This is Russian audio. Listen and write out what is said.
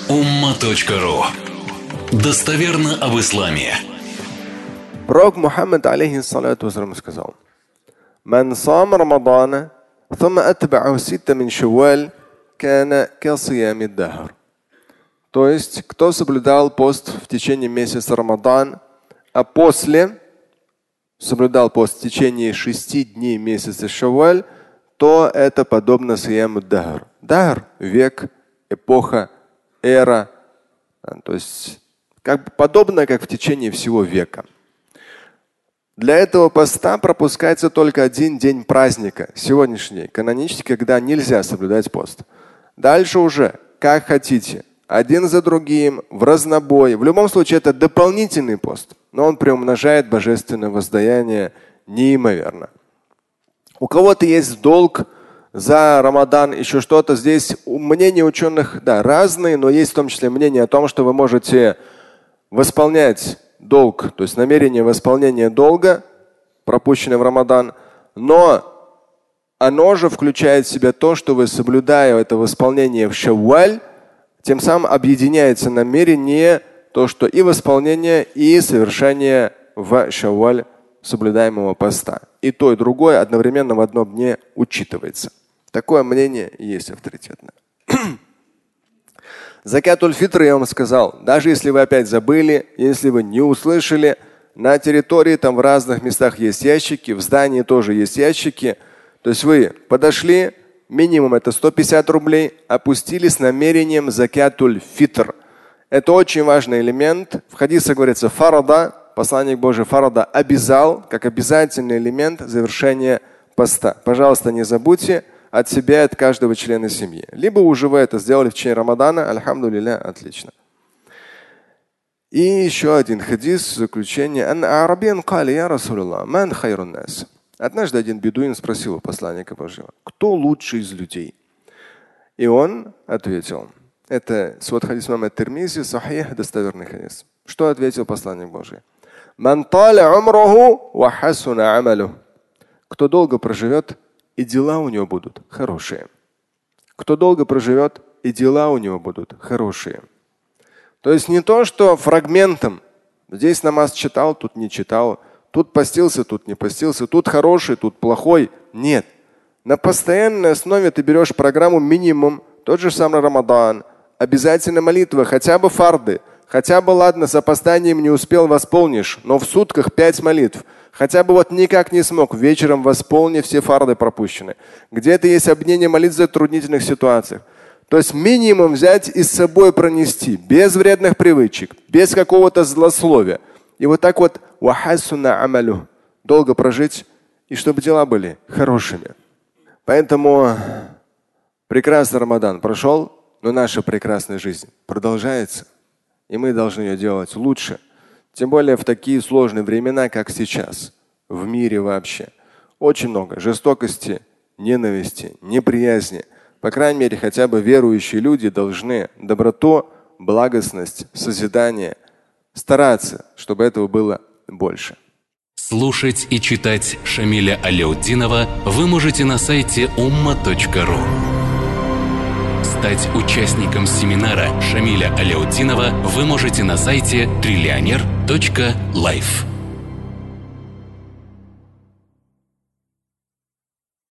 umma.ru. Достоверно об исламе. Пророк Мухаммад, алейхиссалату вассалам, сказал: «Ман сам Рамадана, thumma атба'у ситта мин шавваль, кана ка сиями дахр». То есть, кто соблюдал пост в течение месяца Рамадан, а после соблюдал пост в течение 6 дней месяца Шавваль, то это подобно сияму дахр. Дахр – век, эпоха, эра. То есть подобно, как в течение всего века. Для этого поста пропускается только один день праздника, сегодняшний, канонический, когда нельзя соблюдать пост. Дальше уже, как хотите, один за другим, в разнобой. В любом случае, это дополнительный пост, но он приумножает божественное воздаяние неимоверно. У кого-то есть долг за Рамадан, еще что-то. Здесь мнения ученых, да, разные, но есть в том числе мнение о том, что вы можете восполнять долг, то есть намерение восполнения долга, пропущенное в Рамадан, но оно же включает в себя то, что вы, соблюдая это восполнение в Шавваль, тем самым объединяется намерение, то, что и восполнение, и совершение в Шавваль соблюдаемого поста. И то, и другое одновременно в одном дне учитывается. Такое мнение есть авторитетное. Закатуль фитр, я вам сказал, даже если вы опять забыли, если вы не услышали, на территории там в разных местах есть ящики, в здании тоже есть ящики. То есть вы подошли, минимум это 150 рублей, опустили с намерением закатуль фитр. Это очень важный элемент. В хадисе говорится фарада, посланник Божий фарада обязал, как обязательный элемент завершения поста. Пожалуйста, не забудьте от себя и от каждого члена семьи. Либо уже вы это сделали в течение Рамадана, альхамдулилля, отлично. И еще один хадис в заключение. Однажды один бедуин спросил у посланника Божьего: кто лучший из людей? И он ответил. Это свод хадис имама ат-Тирмизи, сахих, достоверный хадис. Что ответил посланник Божий? Кто долго проживет, и дела у него будут хорошие. Кто долго проживет, и дела у него будут хорошие. То есть не то, что фрагментом. Здесь намаз читал, тут не читал. Тут постился, тут не постился. Тут хороший, тут плохой. Нет. На постоянной основе ты берешь программу минимум. Тот же самый Рамадан. Обязательно молитвы, хотя бы фарды. Хотя бы, ладно, с опозданием не успел, восполнишь. Но в сутках 5 молитв. Хотя бы вот никак не смог. Вечером восполни, все фарды пропущены. Где-то есть объединение молитв в затруднительных ситуациях. То есть минимум взять и с собой пронести. Без вредных привычек. Без какого-то злословия. И вот так вот долго прожить. И чтобы дела были хорошими. Поэтому прекрасный Рамадан прошел. Но наша прекрасная жизнь продолжается. И мы должны ее делать лучше. Тем более в такие сложные времена, как сейчас. В мире вообще. Очень много жестокости, ненависти, неприязни. По крайней мере, хотя бы верующие люди должны доброту, благостность, созидание стараться, чтобы этого было больше. Слушать и читать Шамиля Аляутдинова вы можете на сайте umma.ru. Стать участником семинара Шамиля Аляутдинова вы можете на сайте trillioner.life.